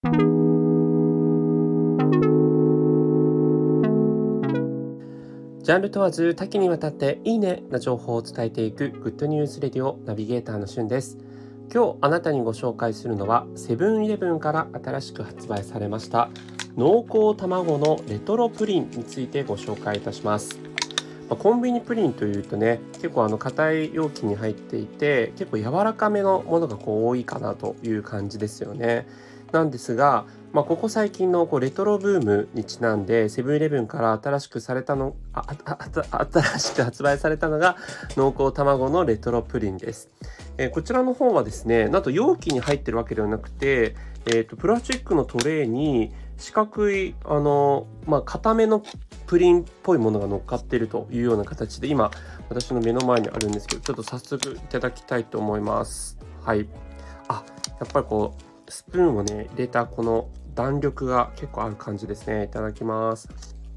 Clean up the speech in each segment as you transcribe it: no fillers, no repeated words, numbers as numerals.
ジャンル問わず多岐にわたっていいねな情報を伝えていくグッドニュースレディオナビゲーターのしゅんです。今日あなたにご紹介するのはセブンイレブンから新しく発売されました濃厚卵のレトロプリンについてご紹介いたします。コンビニプリンというとね、結構硬い容器に入っていて結構柔らかめのものが多いかなという感じですよね。なんですが、ここ最近のレトロブームにちなんでセブンイレブンから新しく発売されたのが濃厚卵のレトロプリンです。こちらの方はですね、なんと容器に入ってるわけではなくて、プラスチックのトレイに四角い固めのプリンっぽいものが乗っかっているというような形で、今私の目の前にあるんですけど、ちょっと早速いただきたいと思います。はい。やっぱりスプーンをね入れたこの弾力が結構ある感じですね。いただきます。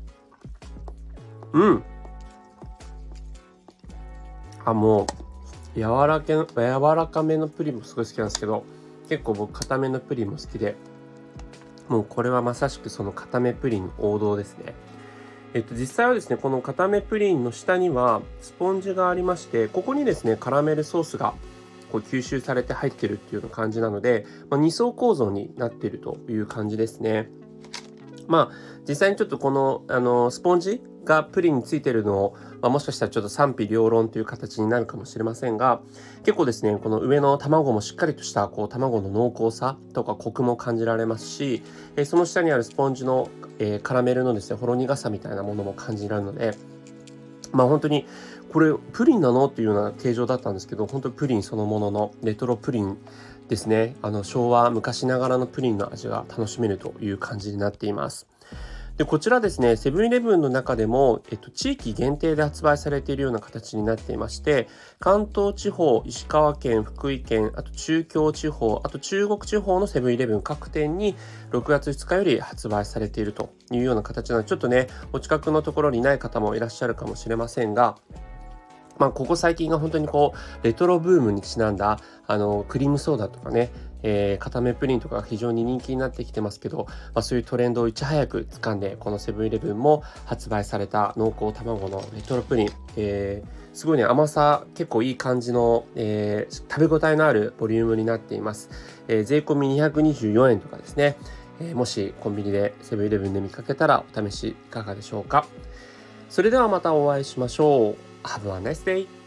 もう柔らかめのプリンもすごい好きなんですけど、結構僕固めのプリンも好きで、もうこれはまさしくその固めプリンの王道ですね。実際はですね、この固めプリンの下にはスポンジがありまして、ここにですねカラメルソースが吸収されて入ってるっていうような感じなので、2層構造になっているという感じですね。実際にちょっとこのスポンジがプリンについているのを、もしかしたらちょっと賛否両論という形になるかもしれませんが、結構ですねこの上の卵もしっかりとした卵の濃厚さとかコクも感じられますし、その下にあるスポンジの、カラメルのですねほろ苦さみたいなものも感じられるので、本当にこれプリンなのっていうような形状だったんですけど、本当にプリンそのもののレトロプリンですね。昭和昔ながらのプリンの味が楽しめるという感じになっています。でこちらですね、セブンイレブンの中でも、地域限定で発売されているような形になっていまして、関東地方、石川県、福井県、あと中京地方、あと中国地方のセブンイレブン各店に6月2日より発売されているというような形なので、ちょっとねお近くのところにない方もいらっしゃるかもしれませんが、ここ最近が本当にレトロブームにちなんだクリームソーダとかね、固めプリンとかが非常に人気になってきてますけど、そういうトレンドをいち早く掴んで、このセブンイレブンも発売された濃厚卵のレトロプリン、すごいね甘さ結構いい感じの、食べ応えのあるボリュームになっています。税込み224円とかですね。もしコンビニでセブンイレブンで見かけたらお試しいかがでしょうか。それではまたお会いしましょう。Have a nice day!